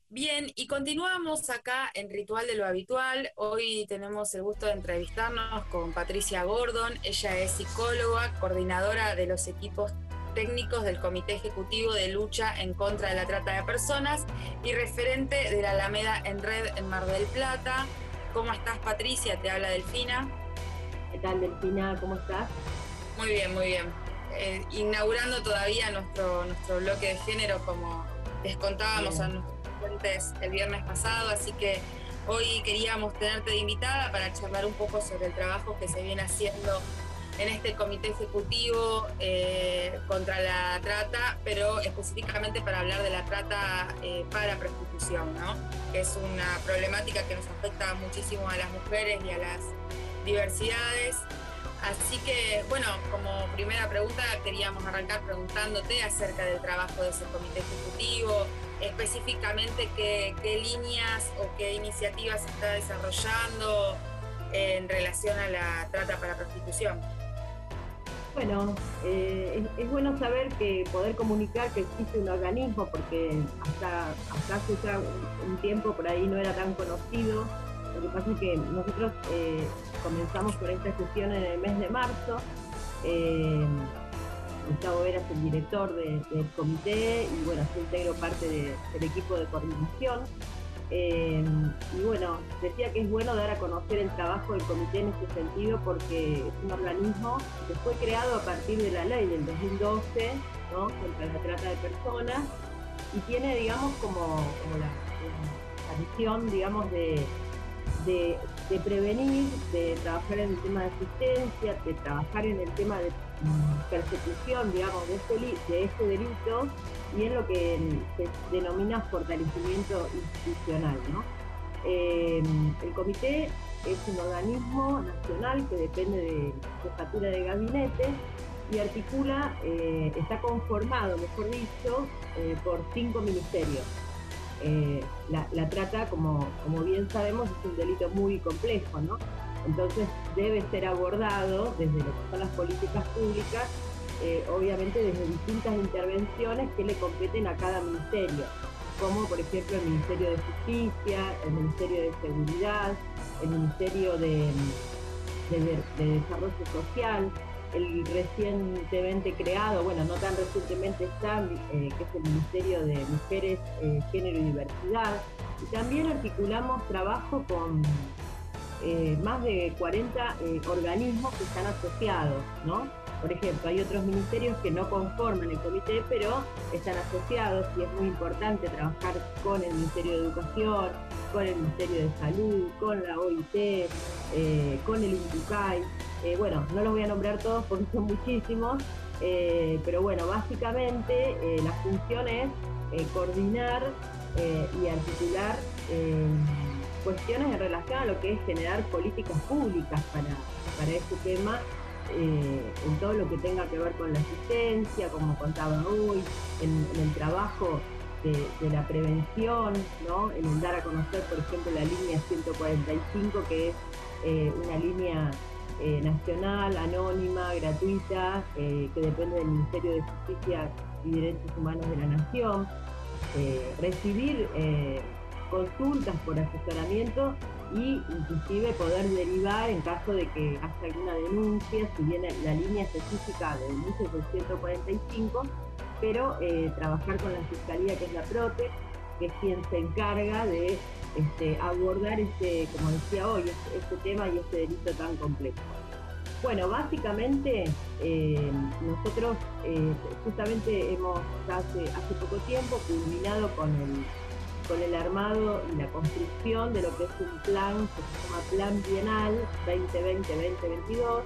Bien, y continuamos acá en Ritual de lo Habitual. Hoy tenemos el gusto de entrevistarnos con Patricia Gordon. Ella es psicóloga, coordinadora de los equipos técnicos del Comité Ejecutivo de Lucha en contra de la Trata de Personas y referente de la Alameda en Red en Mar del Plata. ¿Cómo estás, Patricia? Te habla Delfina. ¿Qué tal, Delfina? ¿Cómo estás? Muy bien, muy bien. Inaugurando todavía nuestro bloque de género, como les contábamos a Bien. nuestros clientes el viernes pasado, así que hoy queríamos tenerte de invitada para charlar un poco sobre el trabajo que se viene haciendo en este comité ejecutivo contra la trata, pero específicamente para hablar de la trata para prostitución, ¿no? Que es una problemática que nos afecta muchísimo a las mujeres y a las diversidades. Así que, bueno, como primera pregunta queríamos arrancar preguntándote acerca del trabajo de ese comité ejecutivo, específicamente qué líneas o qué iniciativas se está desarrollando en relación a la trata para prostitución. Bueno, es bueno saber que poder comunicar que existe un organismo, porque hasta hace ya un tiempo por ahí no era tan conocido. Lo que pasa es que nosotros comenzamos con esta gestión en el mes de marzo. Eh, Gustavo Vera es el director del comité y bueno, yo integro parte del equipo de coordinación. Y bueno, decía que es bueno dar a conocer el trabajo del comité en este sentido porque es un organismo que fue creado a partir de la ley del 2012, ¿no?, contra la trata de personas, y tiene, digamos, como la misión, digamos, de prevenir, de trabajar en el tema de asistencia, de trabajar en el tema de persecución, digamos, de este delito, y en lo que se denomina fortalecimiento institucional, ¿no? El comité es un organismo nacional que depende de jefatura de gabinete y articula, está conformado, mejor dicho, por 5 ministerios. La trata, como bien sabemos, es un delito muy complejo, ¿no? Entonces debe ser abordado desde lo que son las políticas públicas, obviamente desde distintas intervenciones que le competen a cada ministerio, como por ejemplo el Ministerio de Justicia, el Ministerio de Seguridad, el Ministerio de Desarrollo Social, el recientemente creado, bueno, no tan recientemente está, que es el Ministerio de Mujeres, Género y Diversidad. Y también articulamos trabajo con más de 40 organismos que están asociados, ¿no? Por ejemplo, hay otros ministerios que no conforman el comité, pero están asociados, y es muy importante trabajar con el Ministerio de Educación, con el Ministerio de Salud, con la OIT, con el INDUCAI. Bueno, no los voy a nombrar todos porque son muchísimos, pero bueno, básicamente la función es coordinar y articular cuestiones en relación a lo que es generar políticas públicas para este tema, en todo lo que tenga que ver con la asistencia, como contaba hoy, en el trabajo de la prevención, ¿no?, en el dar a conocer, por ejemplo, la línea 145, que es una línea nacional, anónima, gratuita, que depende del Ministerio de Justicia y Derechos Humanos de la Nación, recibir consultas por asesoramiento y inclusive poder derivar en caso de que haya alguna denuncia, si bien la línea específica de denuncia es el 145, pero trabajar con la Fiscalía, que es la PROTE, que es quien se encarga de abordar como decía hoy, este tema y este delito tan complejo. Bueno, básicamente nosotros justamente hemos hace poco tiempo culminado con el armado y la construcción de lo que es un plan que se llama Plan Bienal 2020-2022,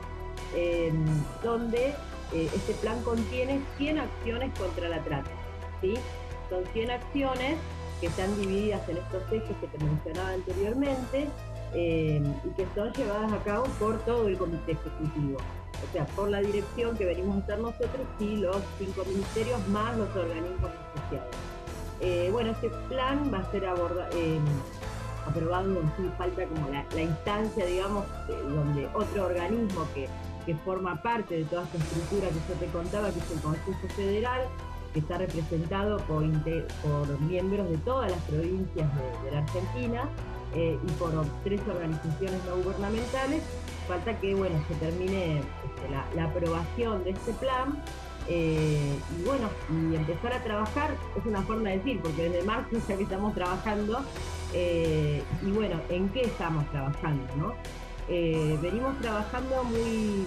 donde este plan contiene 100 acciones contra la trata, ¿sí? Son 100 acciones que están divididas en estos ejes que te mencionaba anteriormente, y que son llevadas a cabo por todo el comité ejecutivo, o sea, por la dirección que venimos a hacer nosotros y los 5 ministerios más los organismos asociados. Bueno, este plan va a ser aprobado, en sí falta como la instancia, digamos, donde otro organismo que forma parte de toda esta estructura que yo te contaba, que es el Consejo Federal, que está representado por miembros de todas las provincias de la Argentina y por 3 organizaciones no gubernamentales. Falta que, bueno, se termine la aprobación de este plan y bueno, y empezar a trabajar. Es una forma de decir, porque desde marzo ya que estamos trabajando y bueno, ¿en qué estamos trabajando, no? Venimos trabajando muy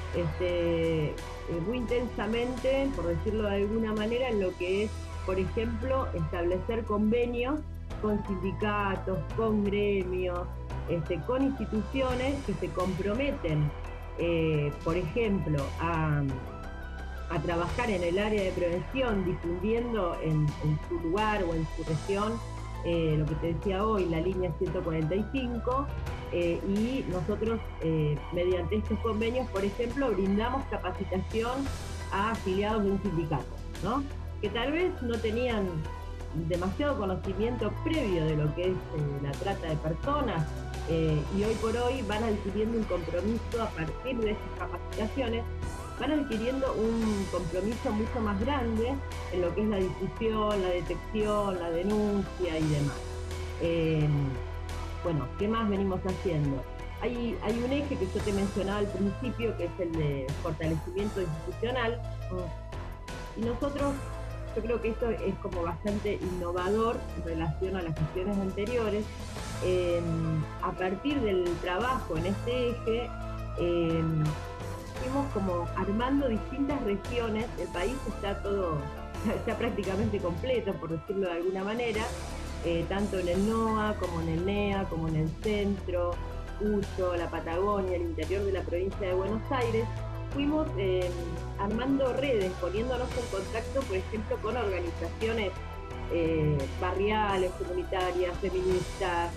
intensamente, por decirlo de alguna manera, en lo que es, por ejemplo, establecer convenios con sindicatos, con gremios, con instituciones que se comprometen, por ejemplo, a trabajar en el área de prevención, difundiendo en su lugar o en su región lo que te decía hoy, la línea 145, y nosotros mediante estos convenios, por ejemplo, brindamos capacitación a afiliados de un sindicato, ¿no? Que tal vez no tenían demasiado conocimiento previo de lo que es la trata de personas y hoy por hoy van adquiriendo un compromiso a partir de esas capacitaciones, van adquiriendo un compromiso mucho más grande en lo que es la difusión, la detección, la denuncia y demás. Bueno, ¿qué más venimos haciendo? Hay un eje que yo te mencionaba al principio, que es el de fortalecimiento institucional, y nosotros, yo creo que esto es como bastante innovador en relación a las gestiones anteriores. A partir del trabajo en este eje, fuimos como armando distintas regiones. El país está prácticamente completo, por decirlo de alguna manera, tanto en el NOA como en el NEA, como en el centro, Cuyo, la Patagonia, el interior de la provincia de Buenos Aires. Fuimos armando redes, poniéndonos en contacto, por ejemplo, con organizaciones barriales, comunitarias, feministas.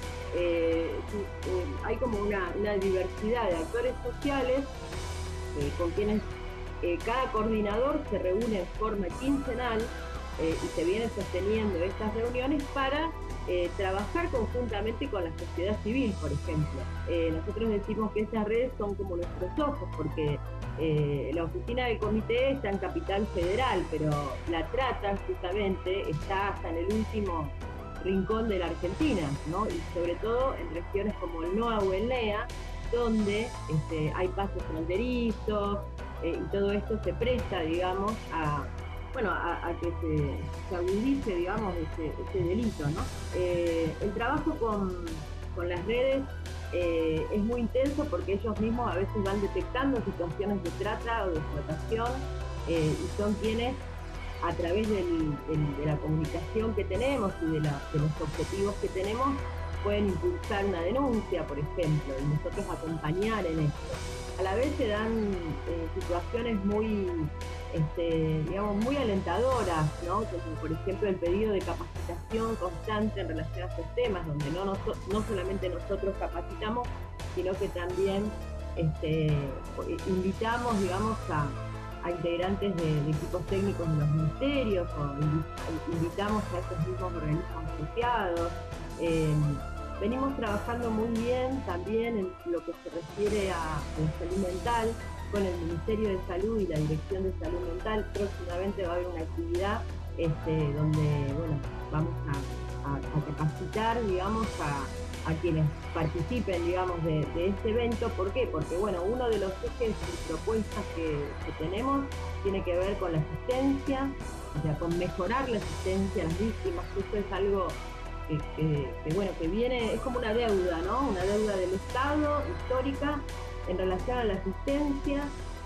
Hay como una diversidad de actores sociales con quienes cada coordinador se reúne en forma quincenal y se vienen sosteniendo estas reuniones para trabajar conjuntamente con la sociedad civil, por ejemplo. Nosotros decimos que estas redes son como nuestros ojos, porque la oficina del comité está en Capital Federal, pero la trata justamente está hasta en el último rincón de la Argentina, ¿no? Y sobre todo en regiones como el NOA o el NEA, donde hay pasos fronterizos y todo esto se presta, digamos, a que se agudice, digamos, ese delito, ¿no? El trabajo con las redes es muy intenso porque ellos mismos a veces van detectando situaciones de trata o de explotación y son quienes, a través de la comunicación que tenemos y de los objetivos que tenemos, pueden impulsar una denuncia, por ejemplo, y nosotros acompañar en esto. A la vez se dan situaciones muy, digamos, muy alentadoras, ¿no? Como por ejemplo el pedido de capacitación constante en relación a estos temas, donde no solamente nosotros capacitamos, sino que también invitamos, digamos, a integrantes de equipos técnicos de los ministerios, o invitamos a esos mismos organismos asociados. Venimos trabajando muy bien también en lo que se refiere a la salud mental con el Ministerio de Salud y la Dirección de Salud Mental. Próximamente va a haber una actividad donde, bueno, vamos a capacitar, digamos, a quienes participen, digamos, de este evento. ¿Por qué? Porque, bueno, uno de los ejes y propuestas que tenemos tiene que ver con la asistencia, o sea, con mejorar la asistencia a las víctimas. Esto es algo que viene, es como una deuda, ¿no? Una deuda del Estado, histórica, en relación a la asistencia,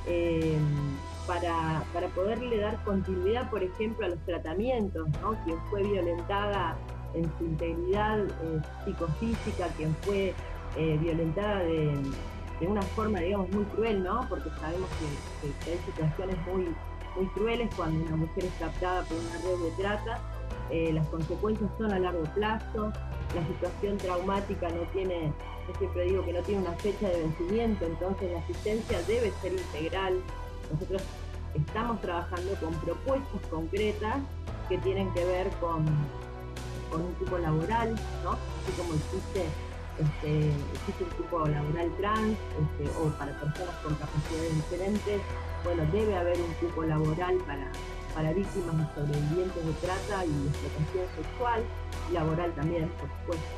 para poderle dar continuidad, por ejemplo, a los tratamientos, ¿no? Quien fue violentada en su integridad psicofísica, quien fue violentada de una forma, digamos, muy cruel, ¿no? Porque sabemos que hay situaciones muy crueles cuando una mujer es captada por una red de trata. Las consecuencias son a largo plazo, la situación traumática no tiene, yo siempre digo que no tiene una fecha de vencimiento, entonces la asistencia debe ser integral. Nosotros estamos trabajando con propuestas concretas que tienen que ver con un cupo laboral, ¿no? Así como existe un cupo laboral trans o para personas con capacidades diferentes, bueno, debe haber un cupo laboral para víctimas y sobrevivientes de trata y explotación sexual, laboral también, por supuesto.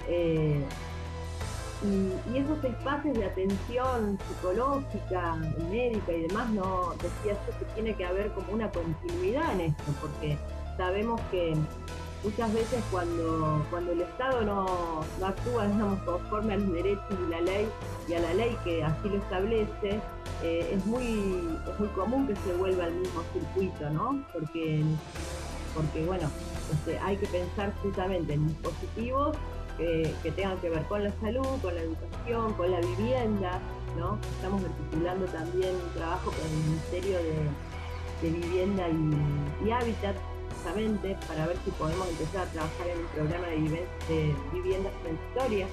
Y esos espacios de atención psicológica, médica y demás, no decía yo que tiene que haber como una continuidad en esto, porque sabemos que muchas veces cuando el Estado no actúa, digamos, conforme a los derechos y la ley y a la ley que así lo establece, es muy común que se vuelva al mismo circuito, ¿no? Porque bueno, hay que pensar justamente en dispositivos que tengan que ver con la salud, con la educación, con la vivienda, ¿no? Estamos articulando también un trabajo con el Ministerio de Vivienda y Hábitat, justamente para ver si podemos empezar a trabajar en un programa de viviendas transitorias.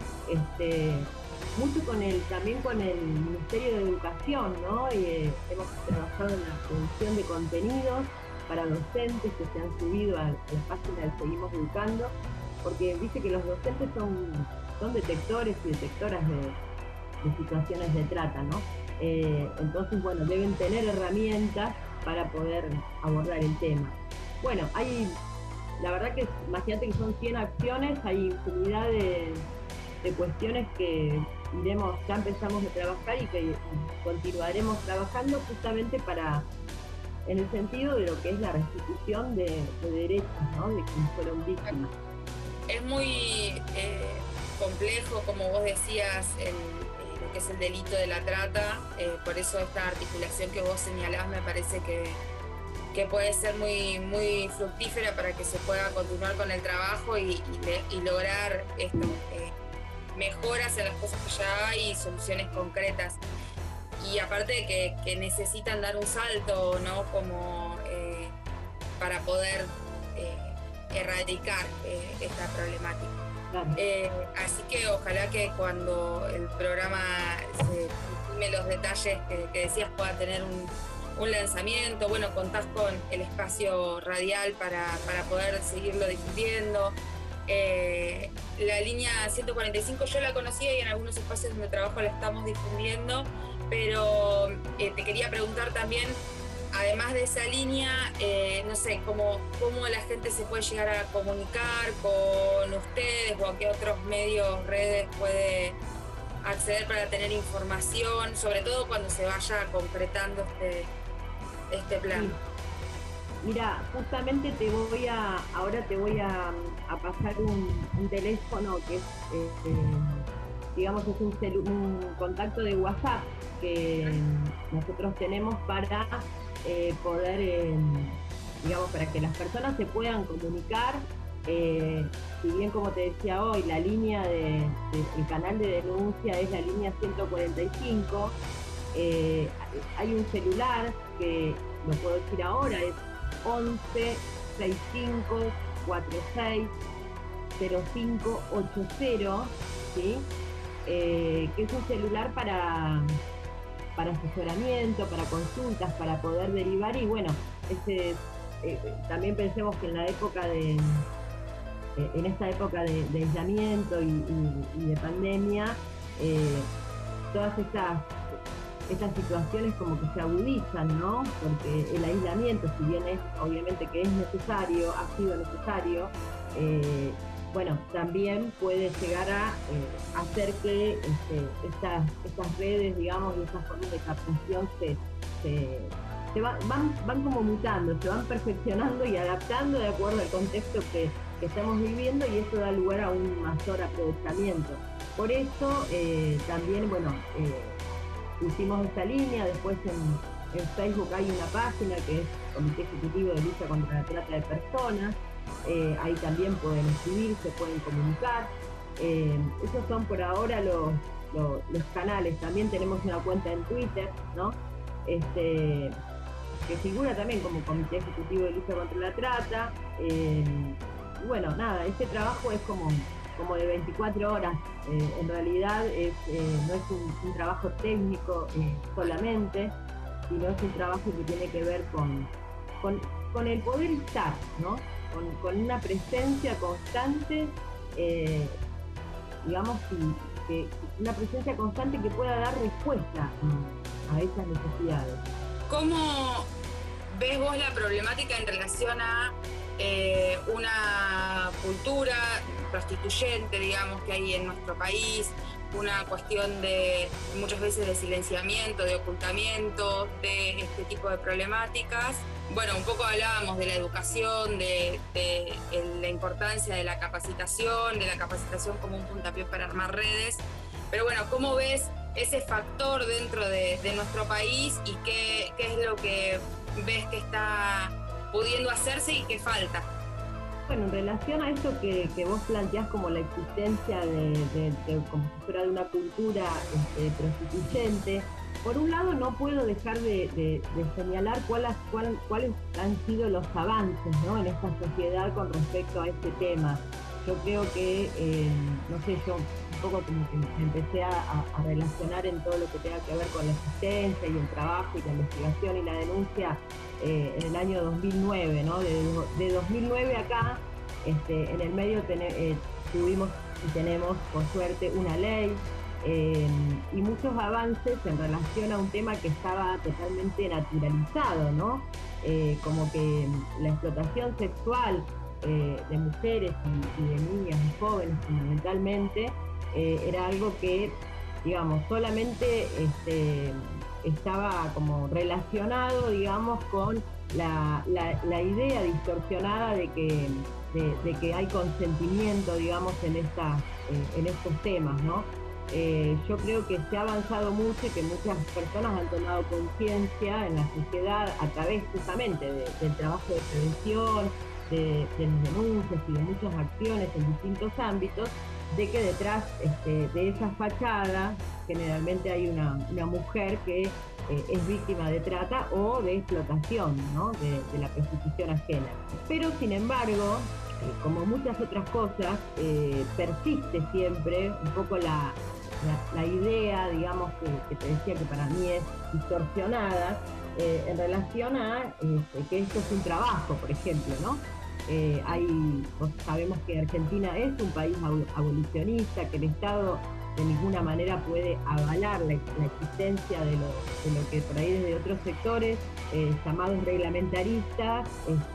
Mucho también con el Ministerio de Educación, ¿no? Hemos trabajado en la producción de contenidos para docentes que se han subido a la página de Seguimos Educando, porque dice que los docentes son detectores y detectoras de situaciones de trata, ¿no? Entonces, bueno, deben tener herramientas para poder abordar el tema. Bueno, la verdad que imagínate que son 100 acciones, hay infinidad de cuestiones que ya empezamos a trabajar y que continuaremos trabajando justamente en el sentido de lo que es la restitución de derechos, ¿no? De quienes fueron víctimas. Es muy complejo, como vos decías, lo que es el delito de la trata, por eso esta articulación que vos señalás me parece que puede ser muy, muy fructífera para que se pueda continuar con el trabajo y lograr esto, mejoras en las cosas que ya hay y soluciones concretas. Y aparte de que necesitan dar un salto, ¿no? Como para poder erradicar esta problemática. Así que ojalá que cuando el programa se ultime los detalles que decías pueda tener un lanzamiento. Bueno, contás con el espacio radial para poder seguirlo difundiendo. La línea 145 yo la conocía y en algunos espacios donde trabajo la estamos difundiendo, pero te quería preguntar también, además de esa línea, no sé, cómo la gente se puede llegar a comunicar con ustedes o a qué otros medios, redes puede acceder para tener información, sobre todo cuando se vaya concretando este plan. Sí. Mira, justamente ahora te voy a pasar un teléfono que es, digamos, es un contacto de WhatsApp que nosotros tenemos para poder, digamos, para que las personas se puedan comunicar. Si bien, como te decía hoy, la línea el canal de denuncia es la línea 145, hay un celular que, lo puedo decir ahora, es 11 65 46 0580, ¿sí? Que es un celular para asesoramiento, para consultas, para poder derivar. Y bueno, también pensemos que en esta época de aislamiento y de pandemia, todas estas situaciones como que se agudizan, ¿no? Porque el aislamiento, si bien obviamente que es necesario, ha sido necesario, bueno, también puede llegar a hacer que estas redes, digamos, y estas formas de captación van como mutando, se van perfeccionando y adaptando de acuerdo al contexto que estamos viviendo, y eso da lugar a un mayor aprovechamiento. Por eso también, bueno, hicimos esta línea. Después en Facebook hay una página que es Comité Ejecutivo de Lucha contra la Trata de Personas. Ahí también pueden escribir, se pueden comunicar. Esos son por ahora los canales. También tenemos una cuenta en Twitter, ¿no? Que figura también como Comité Ejecutivo de Lucha contra la Trata. Y bueno, nada, este trabajo es como de 24 horas. En realidad no es un trabajo técnico solamente, sino es un trabajo que tiene que ver con el poder estar, ¿no? Con una presencia constante, digamos, que una presencia constante que pueda dar respuesta a esas necesidades. ¿Cómo ves vos la problemática en relación a una cultura prostituyente, digamos, que hay en nuestro país, una cuestión de muchas veces de silenciamiento, de ocultamiento, de este tipo de problemáticas? Bueno, un poco hablábamos de la educación, de la importancia de la capacitación como un puntapié para armar redes, pero bueno, ¿cómo ves ese factor dentro de nuestro país y qué es lo que ves que está pudiendo hacerse y qué falta? Bueno, en relación a esto que vos planteás como la existencia de como si fuera de una cultura prostituyente, por un lado no puedo dejar de señalar cuáles han sido los avances, ¿no?, en esta sociedad con respecto a este tema. Yo creo que, no sé, yo un poco como que me empecé a relacionar en todo lo que tenga que ver con la existencia y el trabajo y la investigación y la denuncia en el año 2009, ¿no? De 2009 acá, en el medio tuvimos y tenemos, por suerte, una ley y muchos avances en relación a un tema que estaba totalmente naturalizado, ¿no? Como que la explotación sexual de mujeres y de niñas y jóvenes fundamentalmente era algo que, digamos, solamente estaba como relacionado, digamos, con la idea distorsionada de que hay consentimiento, digamos, en estos temas, ¿no? Yo creo que se ha avanzado mucho y que muchas personas han tomado conciencia en la sociedad a través justamente del trabajo de prevención, de las denuncias y de muchas acciones en distintos ámbitos, de que detrás de esa fachada generalmente hay una mujer que es víctima de trata o de explotación, ¿no?, de la prostitución ajena. Pero sin embargo, como muchas otras cosas, persiste siempre un poco la idea, digamos, que te decía que para mí es distorsionada, en relación a que esto es un trabajo, por ejemplo, ¿no? Sabemos que Argentina es un país abolicionista, que el Estado de ninguna manera puede avalar la existencia de lo que por ahí desde otros sectores llamados reglamentaristas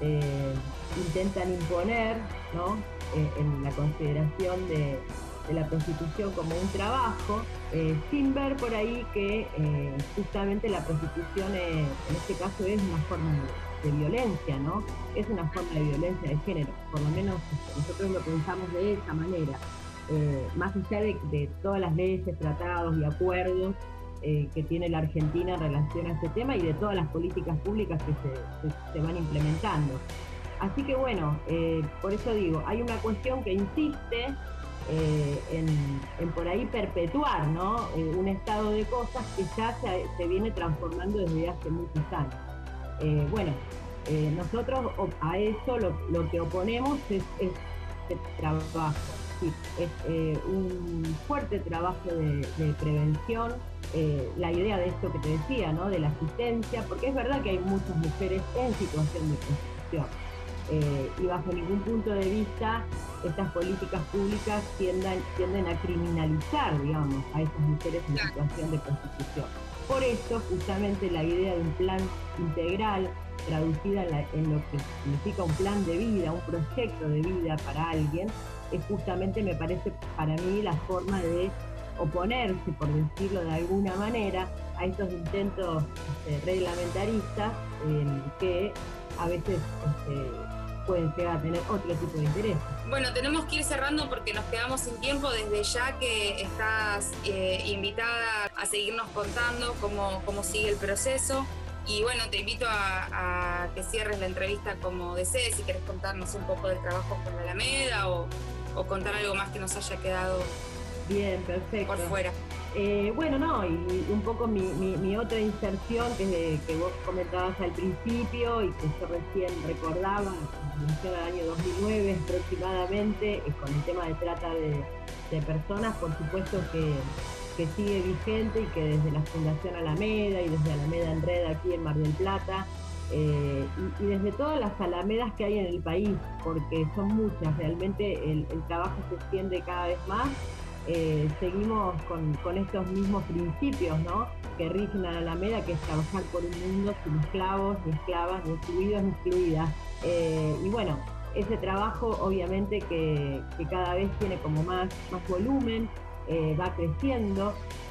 intentan imponer, ¿no?, en la consideración de la prostitución como un trabajo, sin ver por ahí que justamente la prostitución en este caso es una forma de violencia, ¿no? Es una forma de violencia de género, por lo menos nosotros lo pensamos de esa manera, más allá de todas las leyes, tratados y acuerdos que tiene la Argentina en relación a este tema y de todas las políticas públicas que se van implementando. Así que bueno, por eso digo, hay una cuestión que insiste en por ahí perpetuar, ¿no?, un estado de cosas que ya se viene transformando desde hace muchos años. Nosotros a eso lo que oponemos es este trabajo, sí, es un fuerte trabajo de prevención, la idea de esto que te decía, ¿no?, de la asistencia, porque es verdad que hay muchas mujeres en situación de prostitución. Y bajo ningún punto de vista estas políticas públicas tienden a criminalizar, digamos, a esas mujeres en situación de prostitución. Por eso, justamente, la idea de un plan integral, traducida en lo que significa un plan de vida, un proyecto de vida para alguien, es justamente, me parece, para mí, la forma de oponerse, por decirlo de alguna manera, a estos intentos reglamentaristas que a veces pueden llegar a tener otro tipo de interés. Bueno, tenemos que ir cerrando porque nos quedamos sin tiempo. Desde ya que estás invitada a seguirnos contando cómo sigue el proceso. Y bueno, te invito a que cierres la entrevista como desees, si querés contarnos un poco del trabajo con la Alameda o contar algo más que nos haya quedado bien, perfecto, por fuera. Bueno, no, y un poco mi otra inserción, que vos comentabas al principio y que yo recién recordaba, en relación al año 2009 aproximadamente, con el tema de trata de personas, por supuesto que sigue vigente y que desde la Fundación Alameda y desde Alameda en Red aquí en Mar del Plata, y desde todas las alamedas que hay en el país, porque son muchas, realmente el trabajo se extiende cada vez más. seguimos con estos mismos principios, ¿no?, que rigen a la Alameda, que es trabajar por un mundo sin esclavos, ni esclavas, ni excluidos, ni excluidas. Y bueno, ese trabajo obviamente que cada vez tiene como más volumen, va creciendo,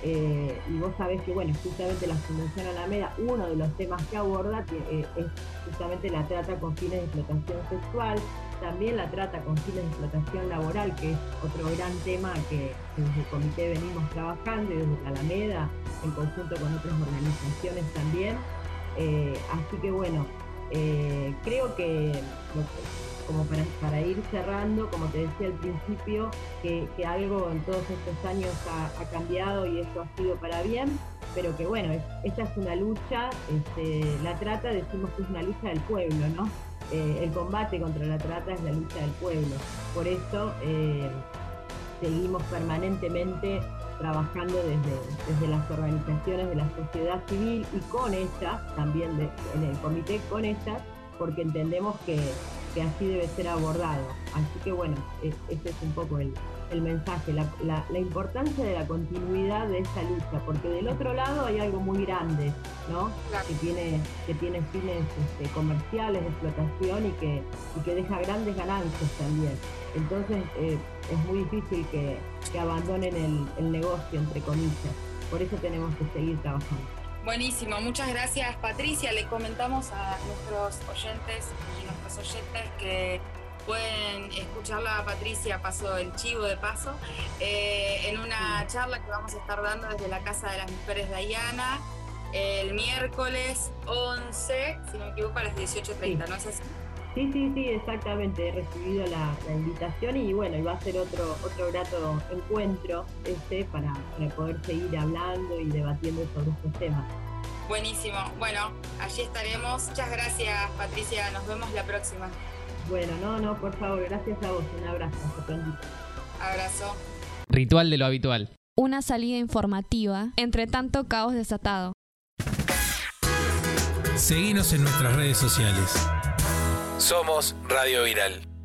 y vos sabés que, bueno, justamente la Fundación Alameda, uno de los temas que aborda es justamente la trata con fines de explotación sexual, también la trata con fines de explotación laboral, que es otro gran tema que desde el comité venimos trabajando, y desde la Alameda, en conjunto con otras organizaciones también. Así que bueno, creo que como para ir cerrando, como te decía al principio, que algo en todos estos años ha cambiado y esto ha sido para bien, pero que bueno, esta es una lucha, la trata decimos que es una lucha del pueblo, ¿no? El combate contra la trata es la lucha del pueblo. Por eso seguimos permanentemente trabajando desde las organizaciones de la sociedad civil y con ellas, también en el comité con ellas, porque entendemos que así debe ser abordado. Así que bueno, ese es un poco el mensaje, la importancia de la continuidad de esta lucha, porque del otro lado hay algo muy grande, ¿no? Claro. que tiene fines comerciales, de explotación, y que deja grandes ganancias también. Entonces es muy difícil que abandonen el negocio, entre comillas. Por eso tenemos que seguir trabajando. Buenísimo, muchas gracias, Patricia. Le comentamos a nuestros oyentes y nuestras oyentes que pueden escucharla a Patricia, paso el chivo de paso, en una charla que vamos a estar dando desde la Casa de las Mujeres Diana el miércoles 11, si no me equivoco, a las 18:30, sí. ¿No es así? Sí, exactamente. He recibido la invitación y bueno, y va a ser otro grato encuentro para poder seguir hablando y debatiendo sobre estos temas. Buenísimo. Bueno, allí estaremos. Muchas gracias, Patricia. Nos vemos la próxima. Bueno, no, por favor, gracias a vos. Un abrazo. Abrazo. Ritual de lo habitual. Una salida informativa entre tanto caos desatado. Seguinos en nuestras redes sociales. Somos Radio Viral.